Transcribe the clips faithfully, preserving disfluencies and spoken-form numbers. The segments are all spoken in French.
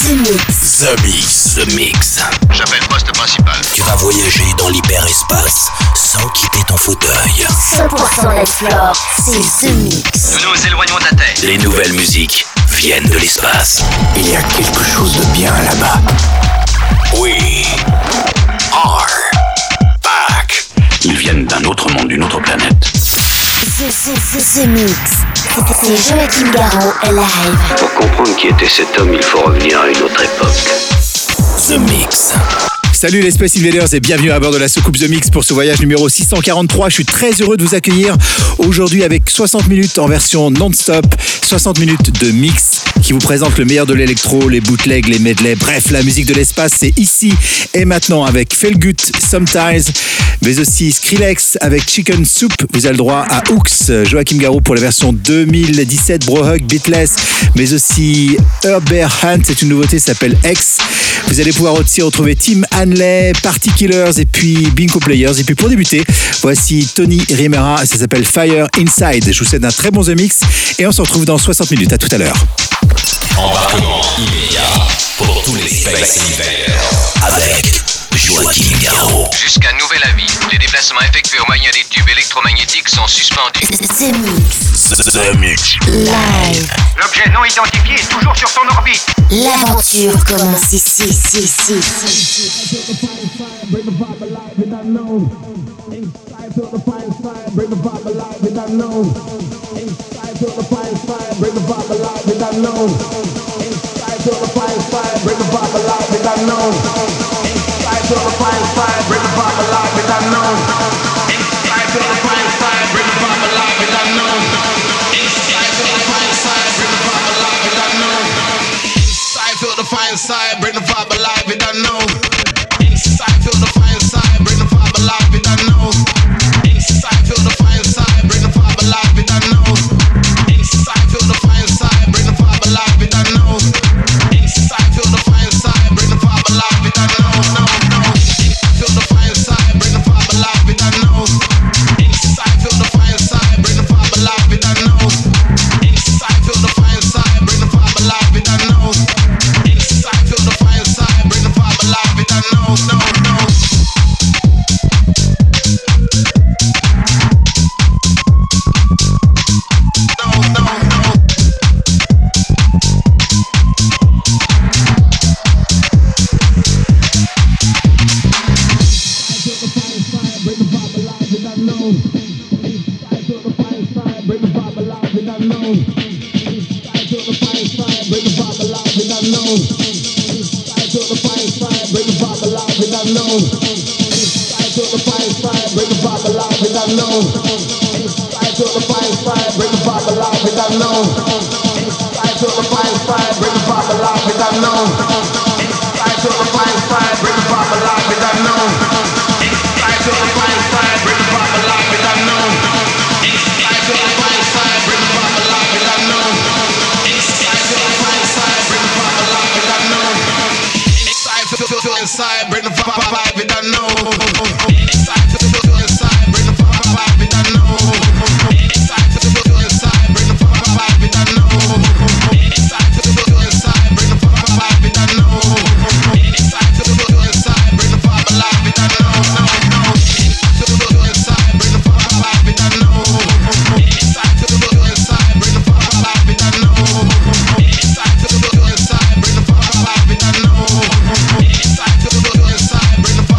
The Mix. The Mix. The Mix. J'appelle poste principal. Tu vas voyager dans l'hyperespace sans quitter ton fauteuil. cent pour cent d'Explore, c'est The Mix. Nous nous éloignons de la Terre. Les nouvelles musiques viennent de l'espace. Il y a quelque chose de bien là-bas. We are back. Ils viennent d'un autre monde, d'une autre planète. The, the, the, the Mix. C'est Joachim Garraud live. Pour comprendre qui était cet homme, il faut revenir à une autre époque. The Mix. Salut les Space Invaders et bienvenue à bord de la soucoupe The Mix pour ce voyage numéro six cent quarante-trois. Je suis très heureux de vous accueillir aujourd'hui avec soixante minutes en version non-stop, soixante minutes de mix qui vous présente le meilleur de l'électro, les bootlegs, les medleys, bref, la musique de l'espace, c'est ici et maintenant avec Felgut, Sometimes, mais aussi Skrillex avec Chicken Soup. Vous avez le droit à Hooks, Joachim Garraud pour la version deux mille dix-sept, Brohug, Beatless, mais aussi Herbert Hunt, c'est une nouveauté, ça s'appelle X. Vous allez pouvoir aussi retrouver Tim Hanley, Party Killers et puis Bingo Players. Et puis pour débuter, voici Tony Rimera, ça s'appelle Fire Inside. Je vous souhaite un très bon The Mix et on se retrouve dans soixante minutes. À tout à l'heure. Embarquement immédiat pour tous les Space Invaders avec Joachim Garraud. Jusqu'à nouvel avis, les déplacements effectués au moyen des tubes électromagnétiques sont suspendus. The Mix. The Mix. Live. L'objet non identifié est toujours sur son orbite. L'aventure commence ici, ici, ici, ici. Bring the vibe alive and unknown. Inside to the fire side, bring the vibe alive and unknown. Inside to the fire side, bring the vibe alive and unknown. Inside to the fire side, bring the vibe alive and unknown. Inside to the fire side, bring the vibe alive and unknown. Inside to the fire side, bring the vibe alive and unknown. Inside to the fire side, bring the vibe alive and unknown. Inside to the fire side, bring the vibe alive and unknown. Inside, feel the fire inside, bring the vibe alive, and I know. Inside, feel the fire inside, bring the vibe alive, and I know. Inside, feel the fire inside, bring the vibe alive, and I know. Inside, feel the fire inside, bring the vibe alive, and I know. No, no. Feel the fire inside, bring the vibe alive, and I know. Inside, feel the fire inside, bring the vibe alive, and I know. Inside, feel the fire inside, bring the vibe alive, and I know. Inside, feel the fire inside, bring the vibe alive, and I know. No, no. Inside, bring the vibe, and I know. Inside, feel inside, bring the vibe, and I know. Inside, feel inside, bring the vibe, and I know. Inside, feel inside, bring the vibe, and I know. Inside, feel inside, bring the vibe alive, and I know. No, no. Feel inside, bring the vibe, and I know. Inside, feel inside, bring the vibe alive, and I know. Inside, feel inside, bring the vibe, and I know. Inside, feel inside, bring the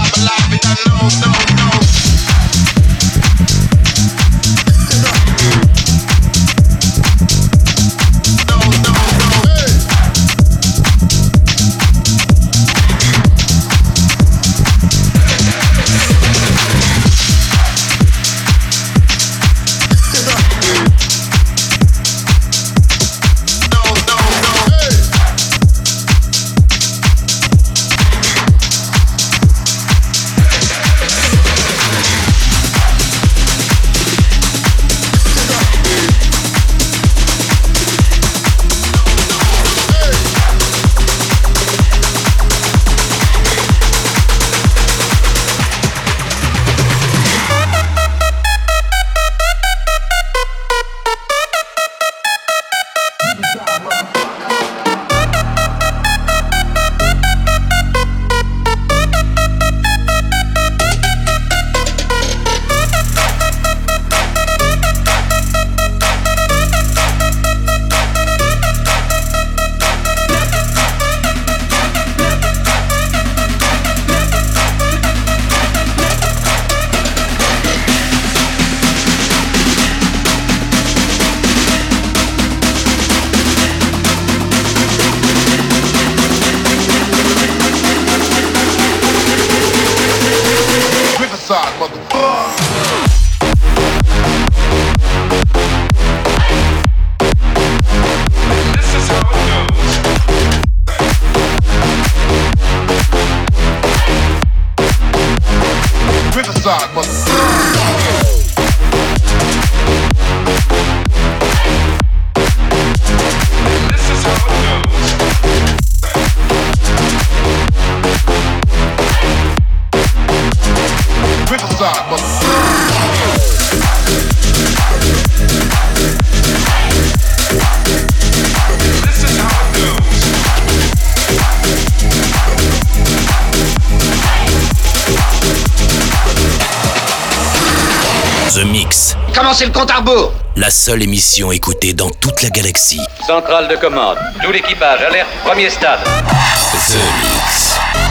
Commencez le compte à rebours. La seule émission écoutée dans toute la galaxie. Centrale de commande. Tout l'équipage, alerte, premier stade. The Mix.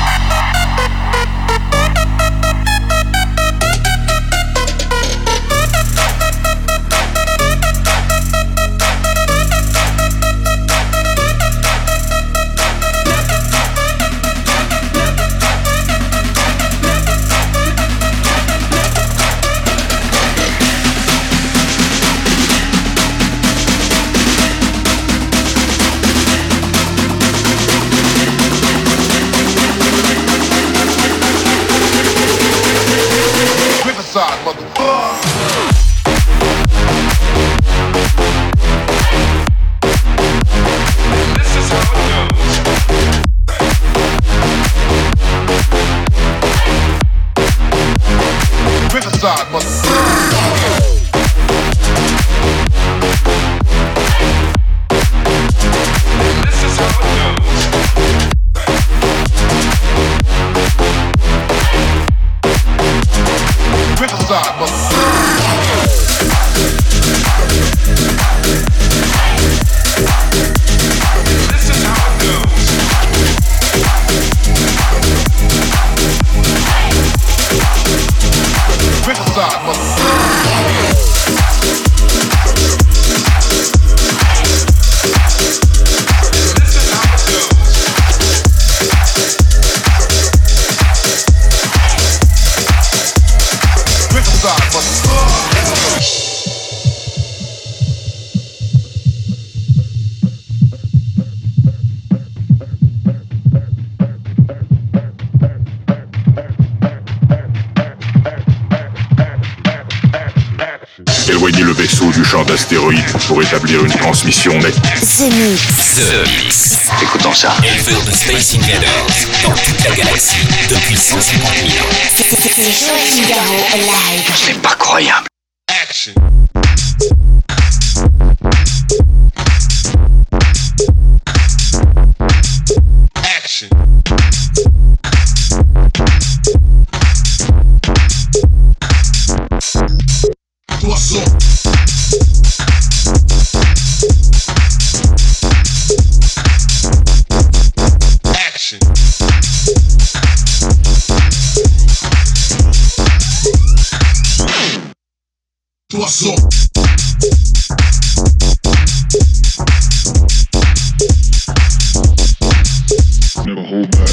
Éloignez le vaisseau du champ d'astéroïdes pour établir une transmission nette. The Mix. The Mix. Écoutons ça. Éleveur de Space Invaders dans toute la galaxie depuis cent cinquante mille ans. C'est Joachim Garraud live. C'est pas croyable. Action. Action. Poisson. Action. Poisson. Never hold back.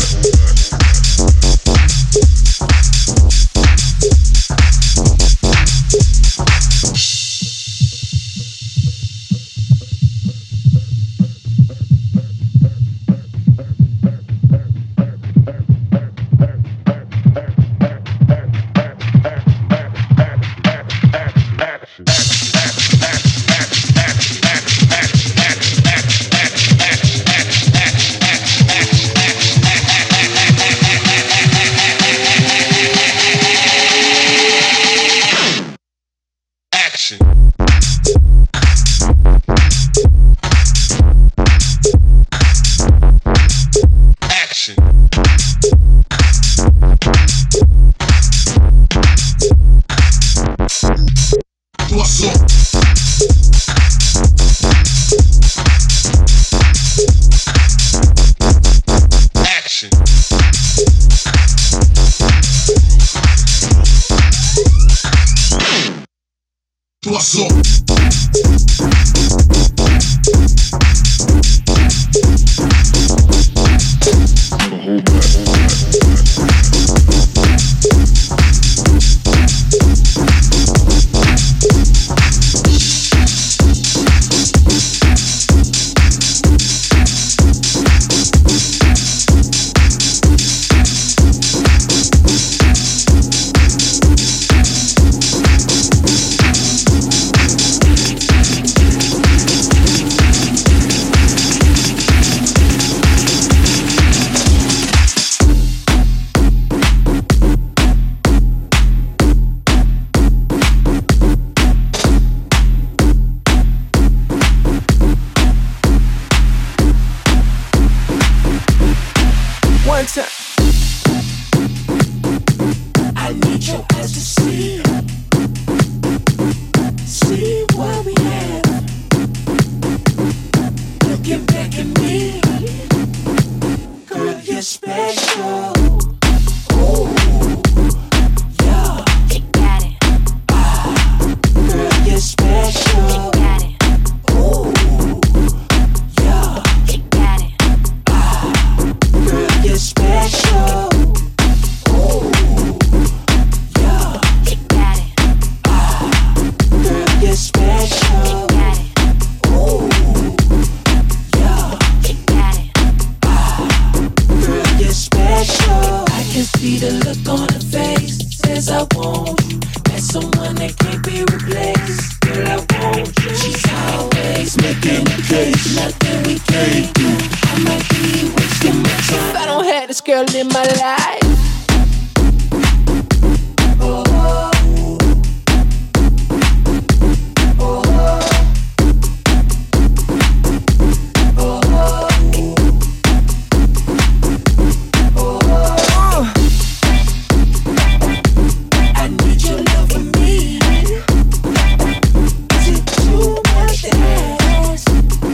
Poisson. I need your eyes to see. special. Ooh, yeah. You got it. Ah, girl, you're special. You got it. Ooh, yeah. You got it. Ah, girl, you're special. Ooh, yeah. You got it. Ah, girl, you're special. You got it. Ooh, yeah. You got it. Ah, girl, you're special. I can see the look on her face. Says I want you. That's someone that can't be replaced. Girl, I want you. She's always making a case. Nothing we can't do. I might be wasting my time if I don't have this girl in my life. Oh, oh, oh, oh, oh, oh. I need your love with me. Is it too much to ask?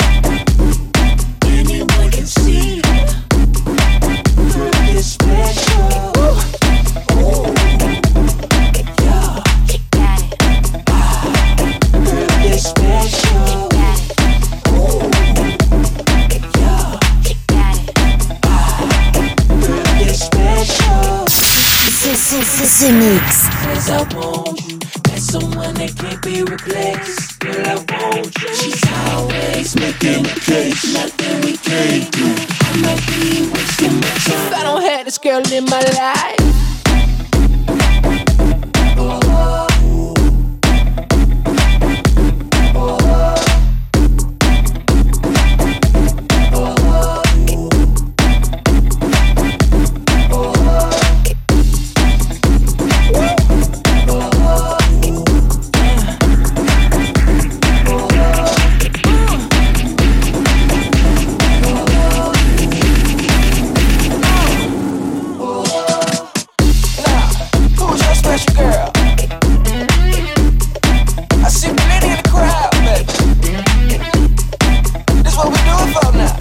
Anyone can see. Girl, you're special. Ooh, yeah. You got it. Ah, girl, you're special. Ooh, yeah. You got it. Ah, girl, you're special. Ce, ce, ce, ce mix. Says I want you. That's someone that can't be replaced. Girl, I want you. She's always making a case. Nothing we can't do. I might be wasting my time if I don't have this girl in my life. Oh, oh, oh, oh, who's your special girl? I see plenty in the crowd, baby. This what we do it for now.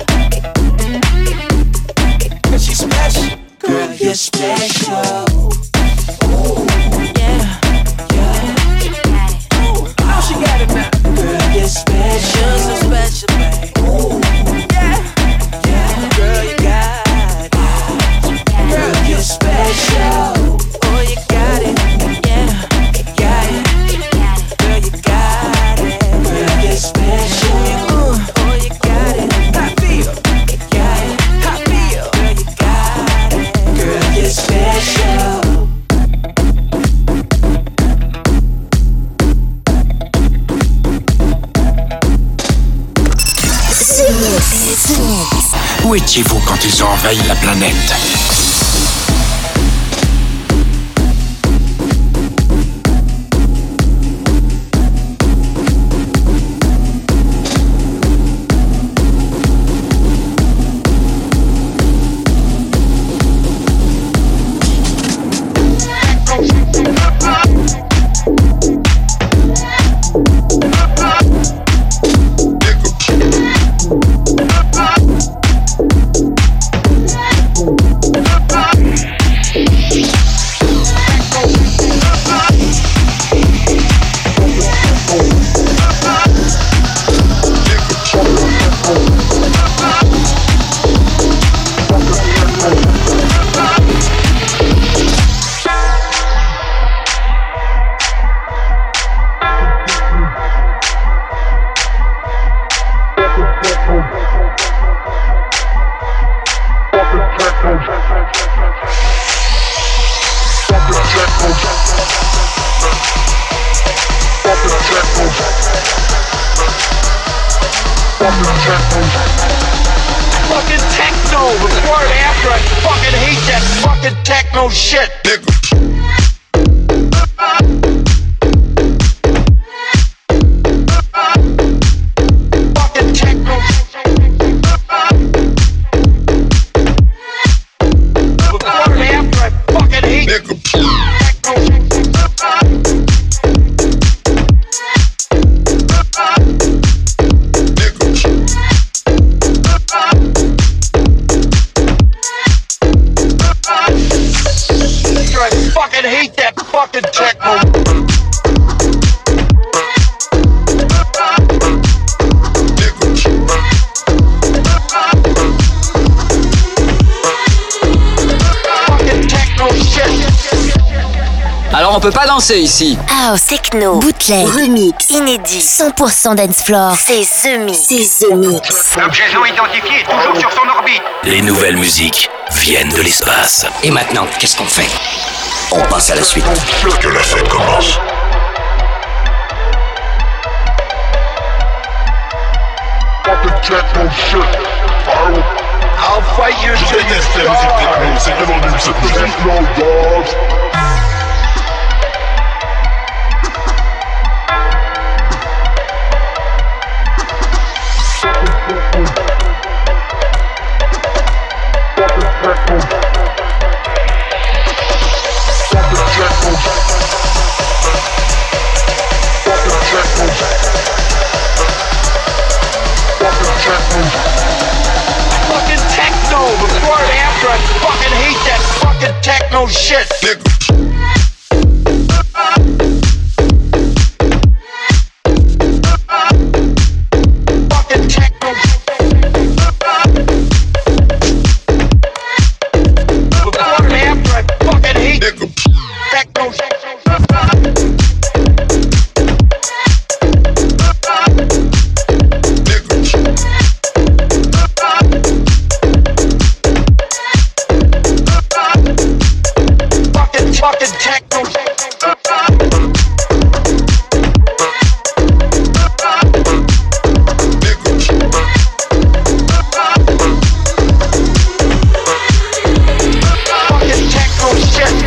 Cause she's special. Girl, you're special. Ooh, yeah, yeah. Ooh, I know she got it now. Girl, you're special. You're so special, babe. Ooh, yeah, yeah. Girl, you got it. Girl, you're special. Oh, you got it. Yeah, you got it. Girl, you got it. Girl, you're special. Ooh, oh, you got it. I feel. You got it. I feel. Girl, you got it. Girl, you're special. Ce mix. Ce mix. Où étiez-vous quand ils ont envahi la planète? Fucking techno, record after I fucking hate that fucking techno shit, nigga. Fucking techno. Record after I fucking hate nigga. Techno. hate that fucking techno. Alors on peut pas danser ici. House, techno, bootleg, remix, inédit, cent pour cent dance floor. C'est The Mix. C'est The Mix. L'objet non identifié est toujours sur son orbite. Les nouvelles musiques viennent de l'espace. Et maintenant, qu'est-ce qu'on fait? On passe à la suite. Que la fête commence. Fucking techno shit. I'll fight you Je till you déteste la musique techno, c'est vraiment nul cette musique. no dogs. Fucking techno before and after. I fucking hate that fucking techno shit. Fucking techno. Before and after, I fucking hate techno shit. Fucking techno. Fucking techno shit.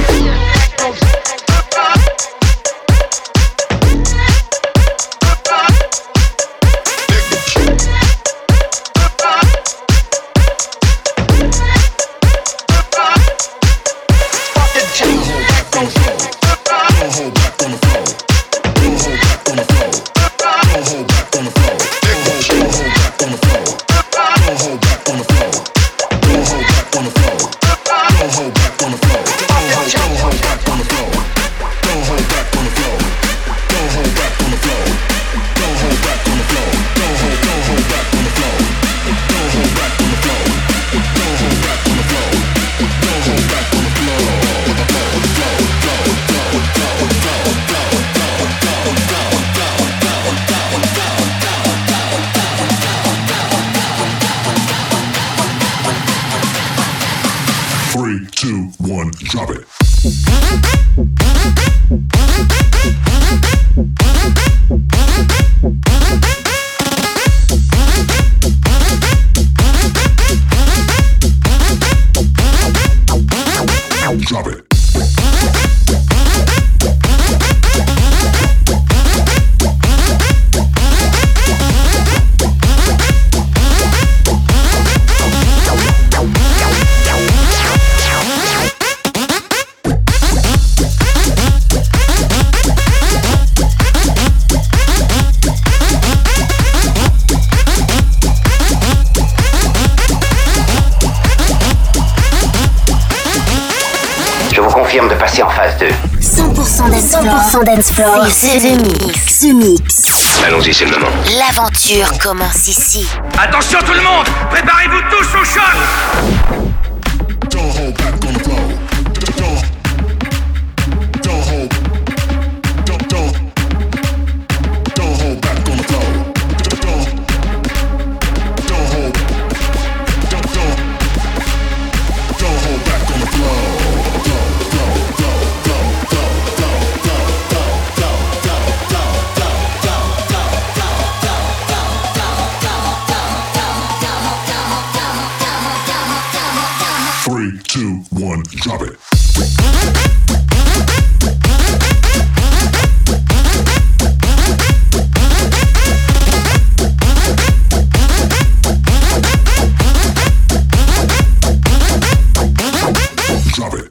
Three, two, one, drop it. Drop it. Je vous confirme de passer en phase deux. cent pour cent dance floor. cent pour cent dance floor. C'est The Mix. The Mix. Allons-y, c'est le moment. L'aventure commence ici. Attention tout le monde, préparez-vous tous au choc. Don't hold back on the flow. Don't, don't hold, don't, don't, don't hold back on the flow. Don't, don't hold, don't, don't, don't hold back on the flow. Three, two, one, drop it. Drop it.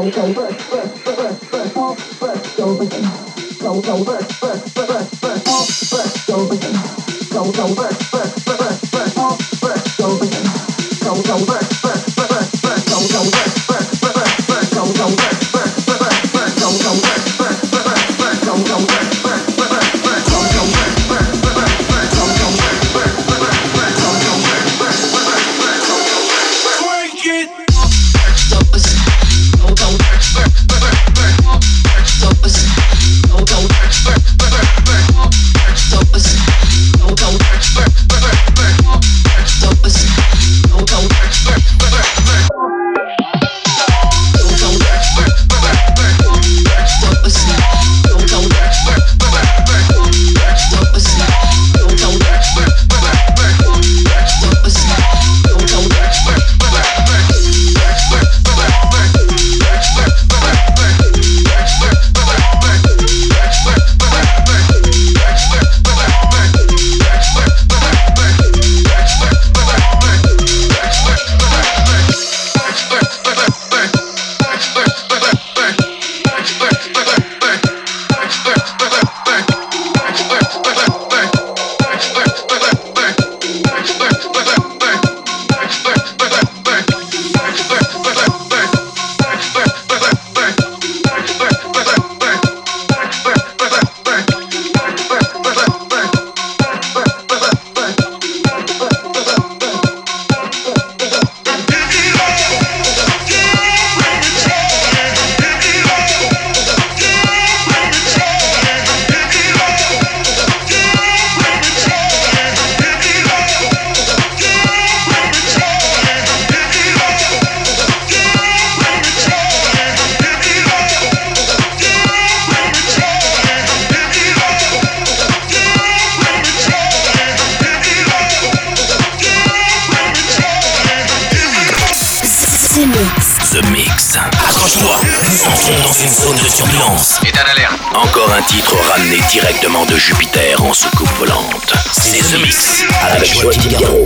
The Mix. Accroche-toi, nous entrons dans une zone de turbulence. État d'alerte. Encore un titre ramené directement de Jupiter en soucoupe volante. C'est The Mix avec Joachim Garraud.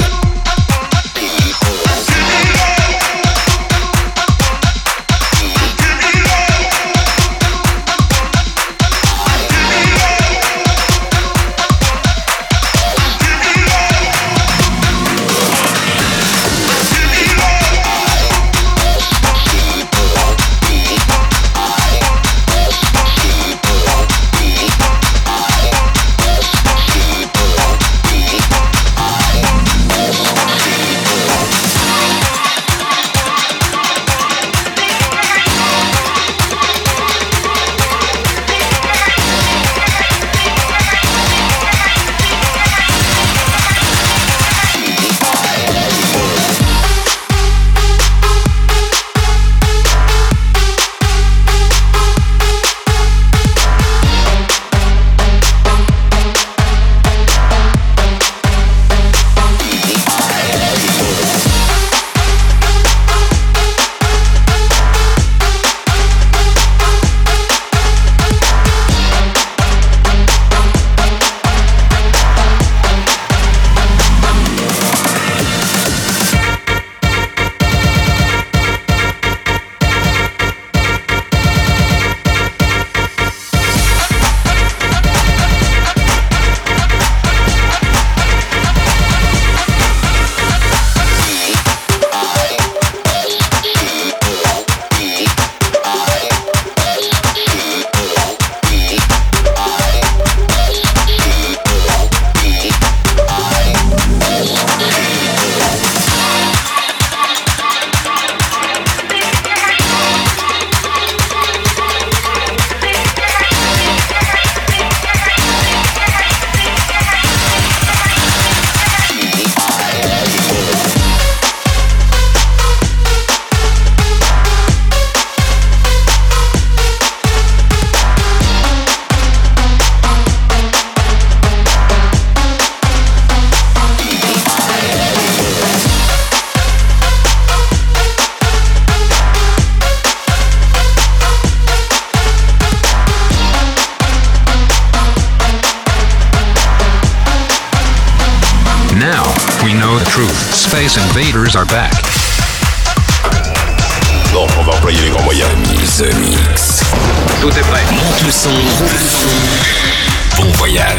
Space Invaders are back. Bon, on va employer les grands moyens. The Mix. Tout est prêt. Monte le son. Bon voyage.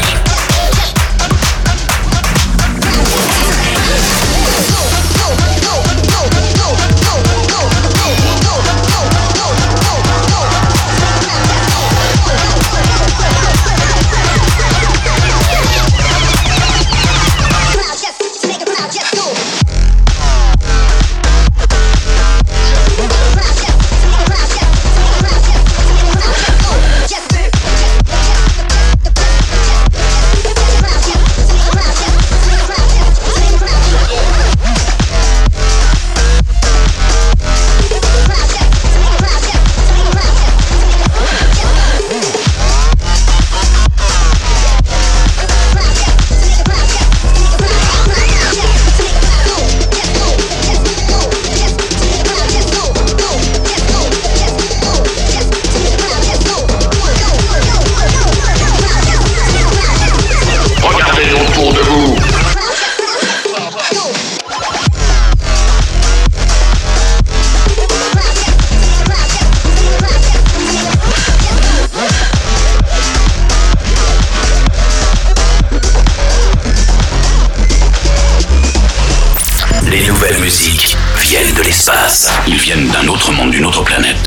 Ils viennent d'un autre monde, d'une autre planète.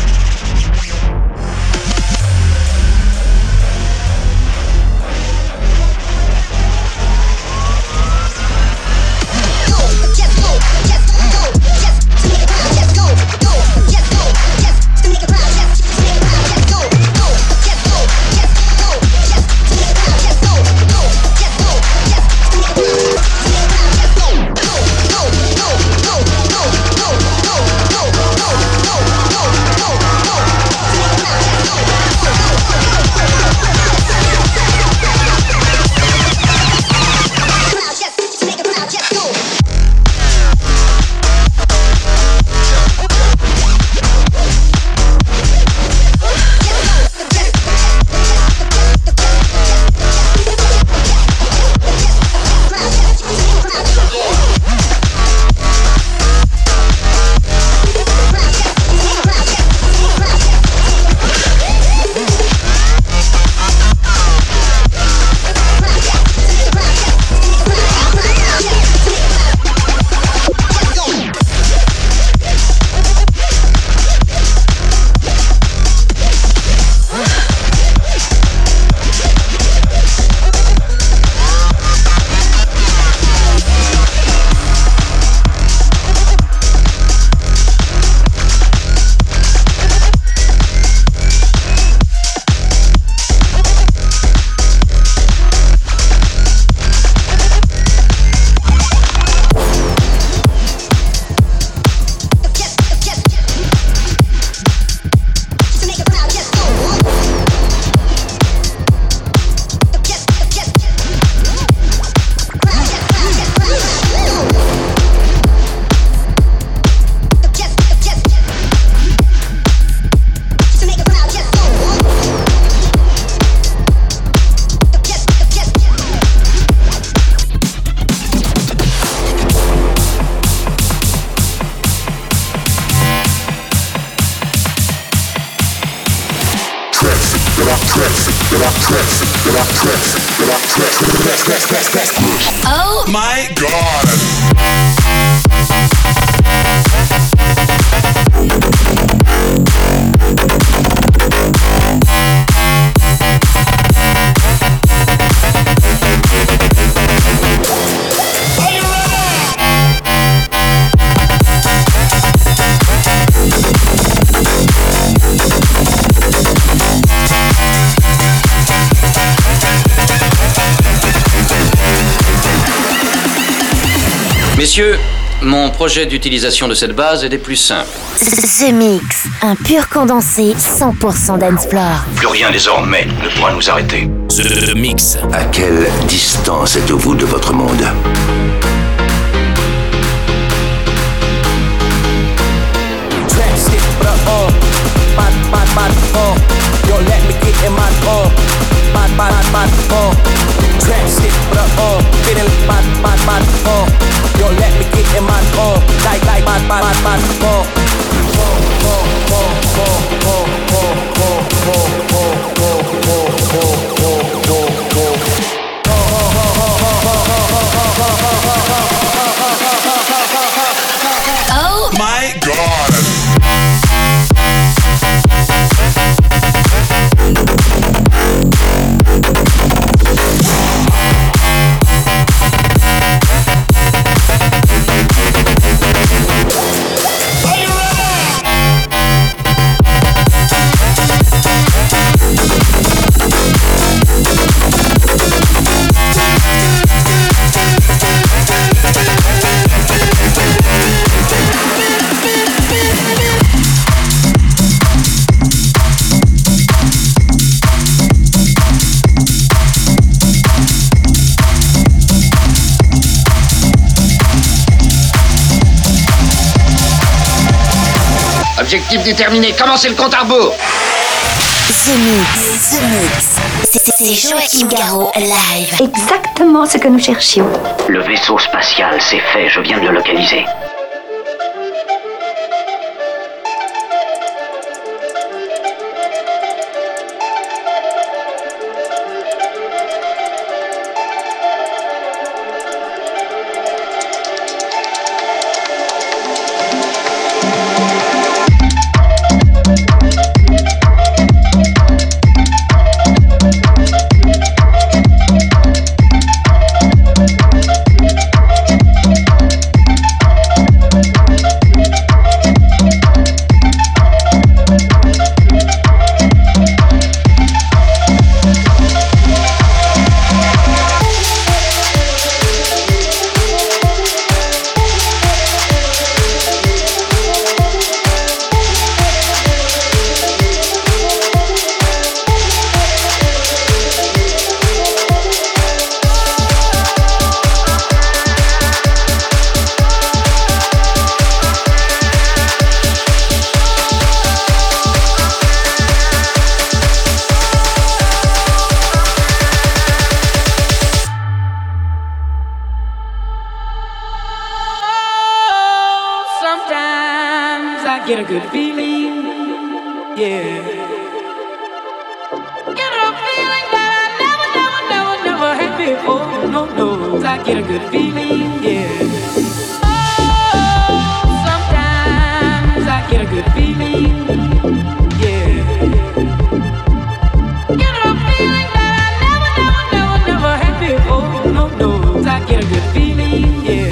Oh my God. Messieurs, mon projet d'utilisation de cette base est des plus simples. The Mix, un pur condensé cent pour cent dance floor. Plus rien désormais ne pourra nous arrêter. The Mix. À quelle distance êtes-vous de votre monde? Yo, let me get in my uh, my my my uh, trap shit, but uh, feeling my my my uh, yo, let me get in my uh, like like my my my my uh. Objectif déterminé, commencez le compte à rebours. The Mix, The Mix. C'est- C'est Joachim Garraud live. Exactement ce que nous cherchions. Le vaisseau spatial, c'est fait, je viens de le localiser. get a good feeling, yeah. Get a feeling that I never, never, never, never had before. No, no, I get a good feeling, yeah. Oh, sometimes I get a good feeling, yeah. Get a feeling that I never, never, never, never had before. No, no, I get a good feeling, yeah.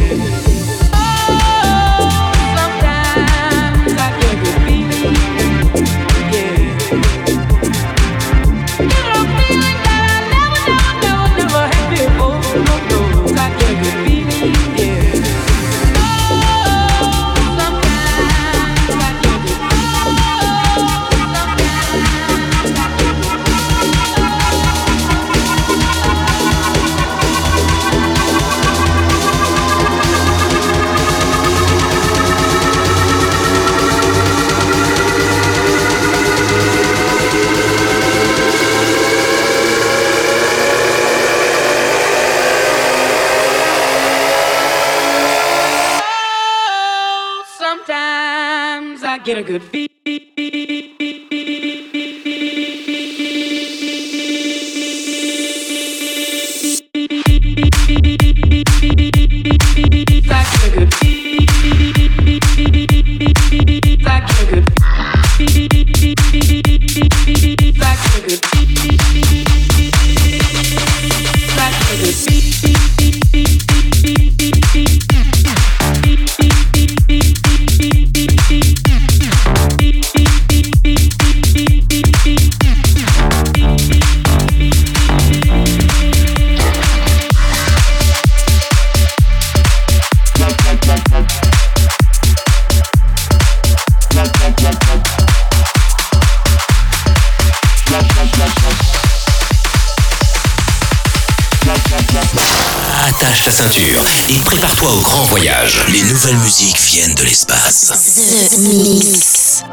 Get a good beat. Attache ta ceinture et prépare-toi au grand voyage. Les nouvelles musiques viennent de l'espace. The Mix.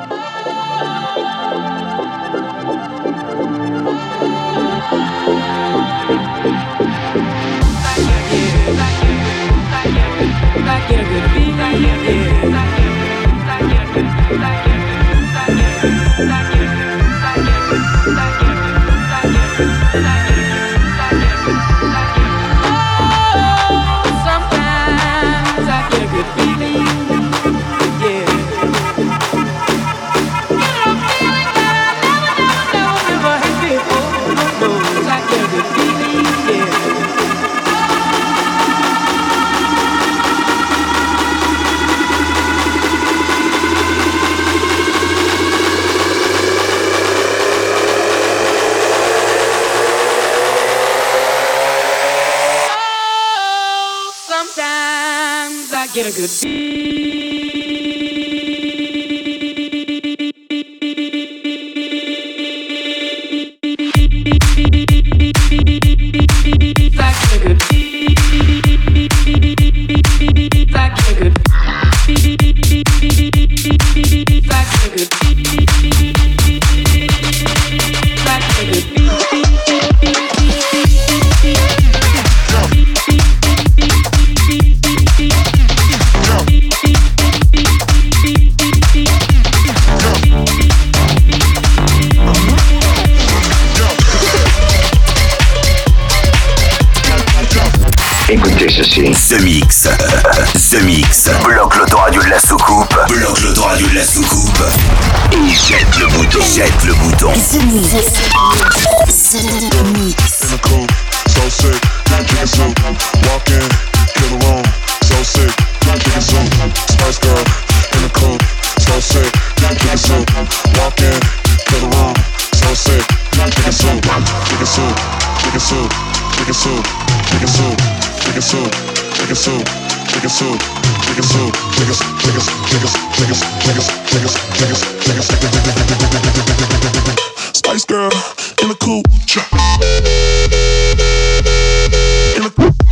Get a good beat. The Mix. The Mix. Bloque l'autoradio de la soucoupe. Bloque l'autoradio de la soucoupe. Et jette le bouton. Jette le bouton. The Mix. The Mix. In the cool, so sick, chicken soup. Walk in, kill the room, so sick, chicken soup. Spice Girl, in the cool, so sick, chicken soup. Walk in, kill the room, so sick, chicken soup. Chicken soup, chicken soup, chicken soup, chicken soup, chicken soup, chicken soup, chicken soup, chicken soup, chicken chicken chicken chicken chicken chicken chicken Spice Girl, in the cool. In the cool.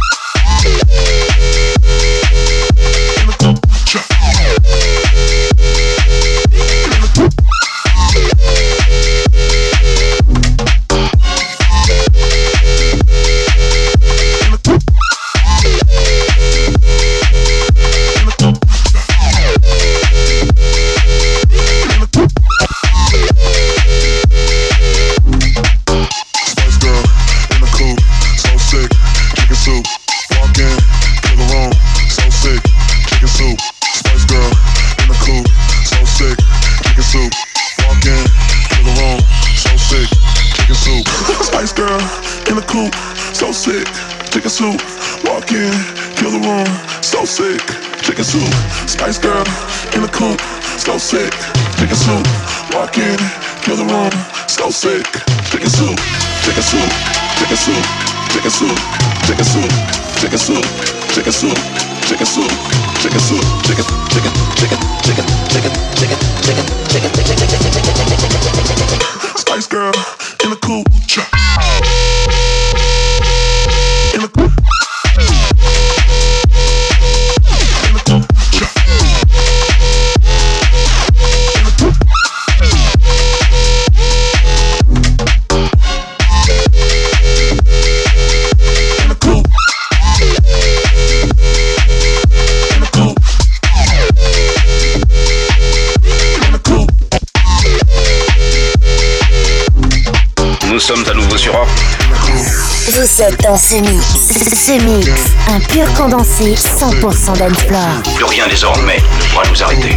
Chicken soup, walk in, kill the room, so sick. Chicken soup, Spice Girl in the coop, so sick. Chicken soup, walk in, kill the room, so sick. Chicken soup, chicken soup, chicken soup, chicken soup, chicken soup, chicken soup, chicken soup, chicken soup, chicken soup, chicken, chicken, chicken, chicken, chicken, chicken, chicken, chicken, chicken, Spice Girl in the coop. In the coop. Nous sommes à nouveau sur Europe. Vous êtes dans The Mix. The Mix, un pur condensé cent pour cent dancefloor. Plus rien désormais ne pourra nous arrêter.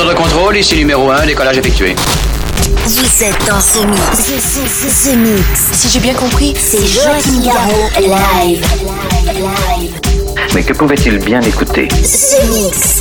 Ordre contrôle, ici numéro un, décollage effectué. Vous êtes dans ce mix. The, the, the Mix. Si j'ai bien compris, c'est Joachim Garraud live. Live. Mais que pouvait-il bien écouter? The Mix.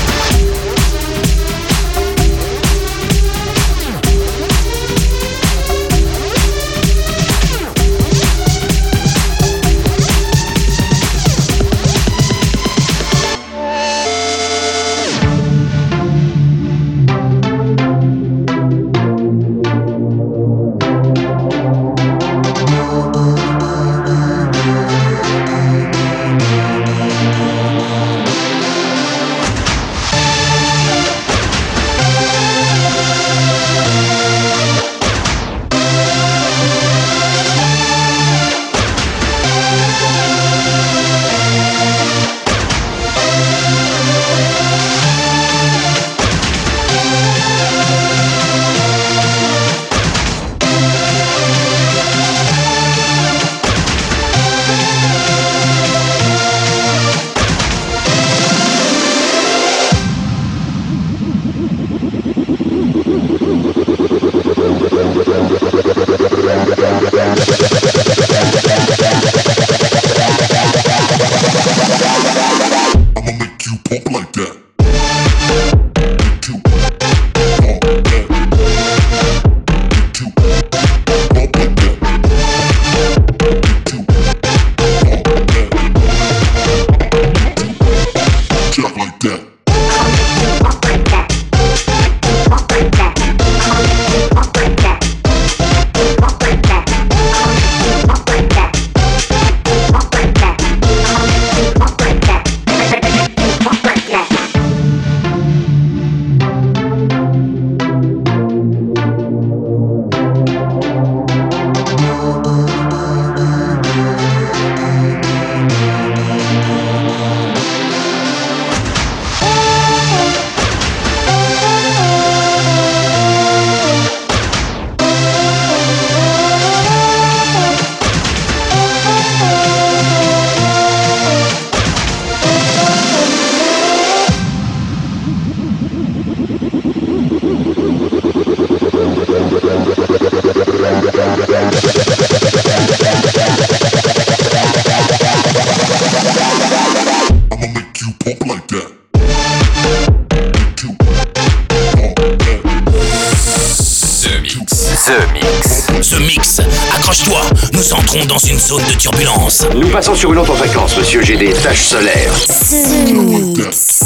Nous entrons dans une zone de turbulence. Nous passons sur une autre fréquence, monsieur. J'ai des taches solaires. The Mix.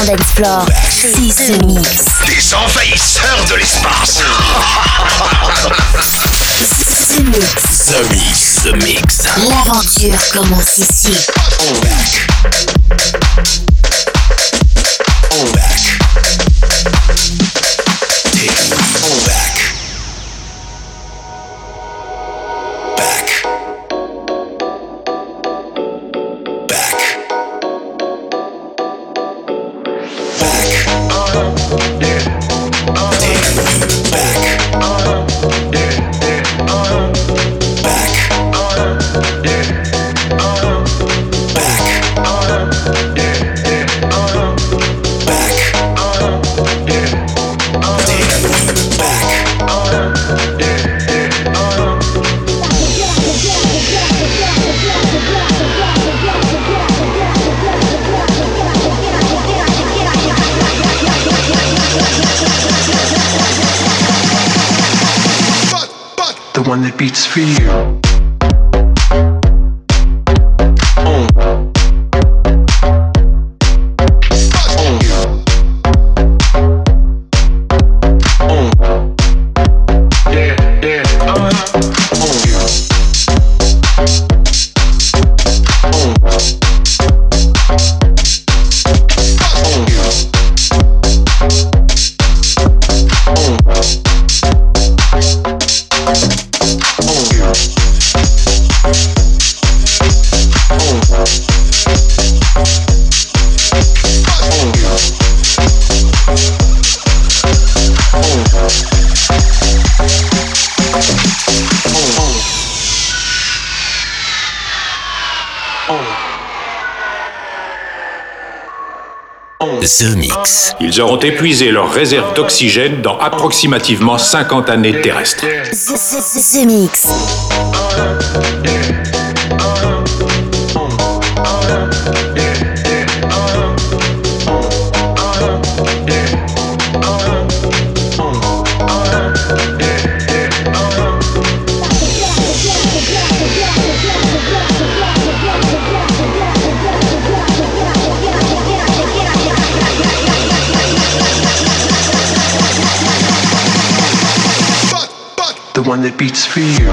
dance floor. C'est The Mix. Des envahisseurs de l'espace. The Mix. The Mix. The Mix. L'aventure commence ici. On back. On back. Take me on back. Back. Back. Back. Yeah. Take me back. The one that beats for you. The Mix. Ils auront épuisé leurs réserves d'oxygène dans approximativement cinquante années terrestres. The, the, the Mix. The one that beats for you.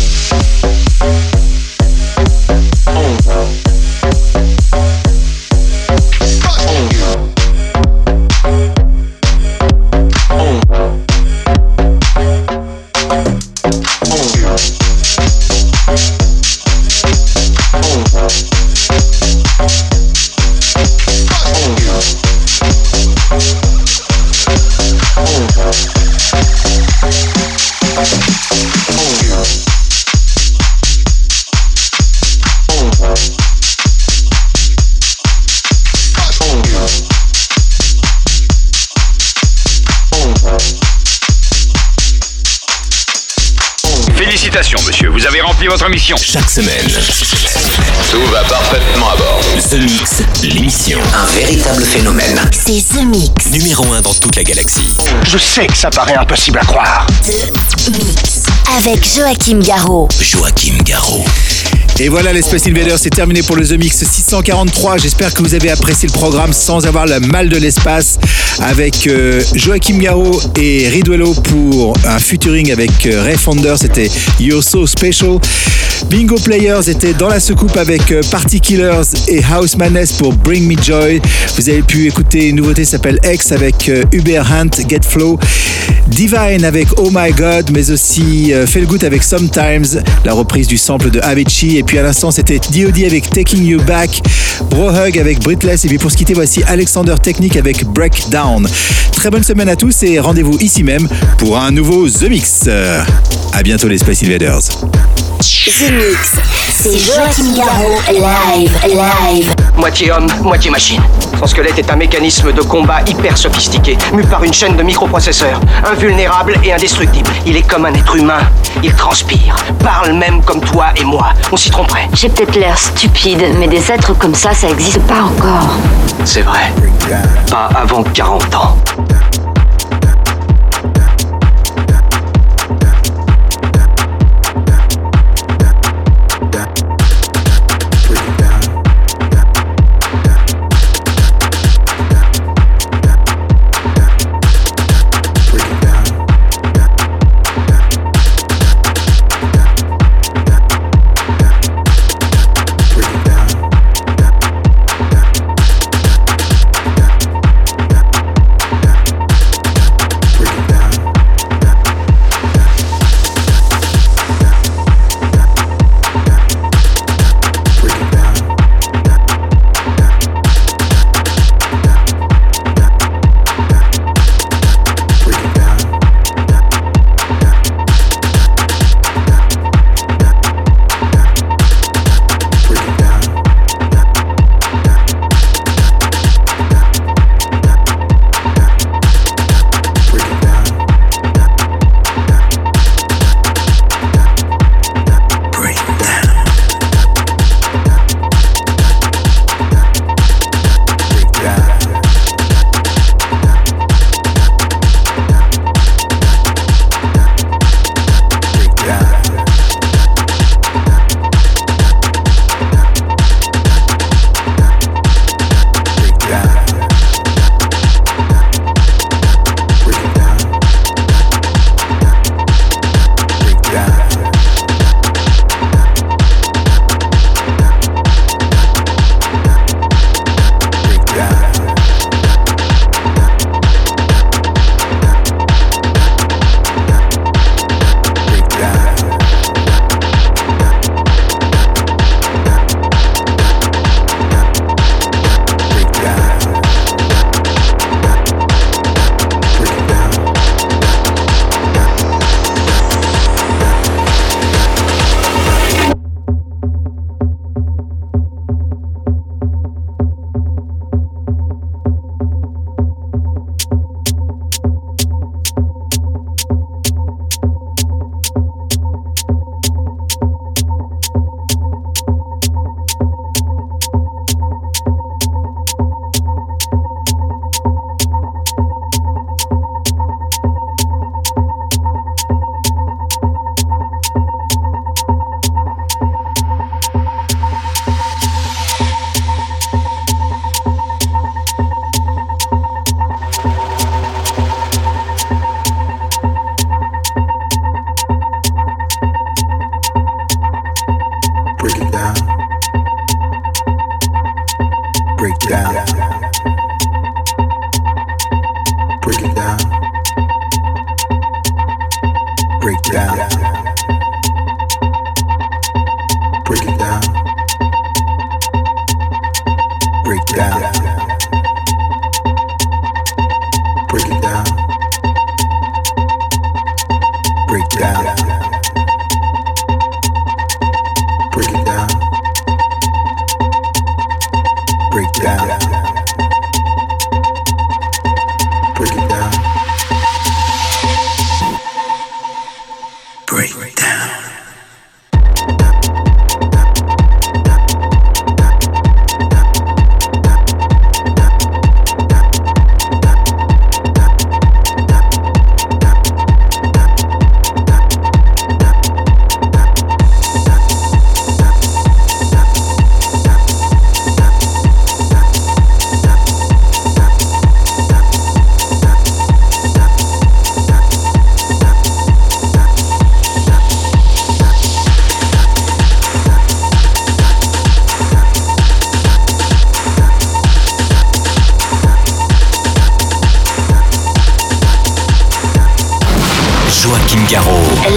Félicitations, monsieur, vous avez rempli votre mission. Chaque semaine, tout va parfaitement à bord. The Mix, l'émission. Un véritable phénomène. C'est The Mix. Numéro un dans toute la galaxie. Je sais que ça paraît impossible à croire. The Mix. Avec Joachim Garraud. Joachim Garraud. Et voilà, les Space Invaders, c'est terminé pour le The Mix six cent quarante-trois. J'espère que vous avez apprécié le programme sans avoir le mal de l'espace, avec euh, Joachim Garraud et Riduello pour un featuring avec euh, Ray Fonder, c'était You're So Special. Bingo Players était dans la soucoupe avec euh, Party Killers et House Madness pour Bring Me Joy. Vous avez pu écouter une nouveauté qui s'appelle X avec euh, Hubert Hunt, Get Flow. Divine avec Oh My God, mais aussi euh, Feel Good avec Sometimes, la reprise du sample de Avicii. Et puis à l'instant, c'était D O D avec Taking You Back, Bro Hug avec Britless. Et puis pour se quitter, voici Alexander Technique avec Breakdown. Très bonne semaine à tous et rendez-vous ici même pour un nouveau The Mix. À bientôt les Space Invaders. The Mix, c'est Joachim Garraud, live, live. Moitié homme, moitié machine. Son squelette est un mécanisme de combat hyper sophistiqué, mu par une chaîne de microprocesseurs, invulnérable et indestructible. Il est comme un être humain, il transpire, parle même comme toi et moi. On s'y tromperait. J'ai peut-être l'air stupide, mais des êtres comme ça, ça existe pas encore. C'est vrai. Pas avant quarante ans.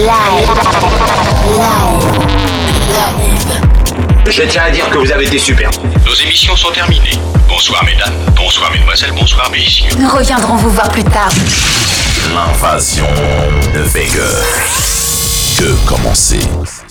Live. Live. Je tiens à dire que vous avez été super. Nos émissions sont terminées. Bonsoir mesdames, bonsoir mesdemoiselles, bonsoir messieurs. Nous reviendrons vous voir plus tard. L'invasion de Vega. Que commencer?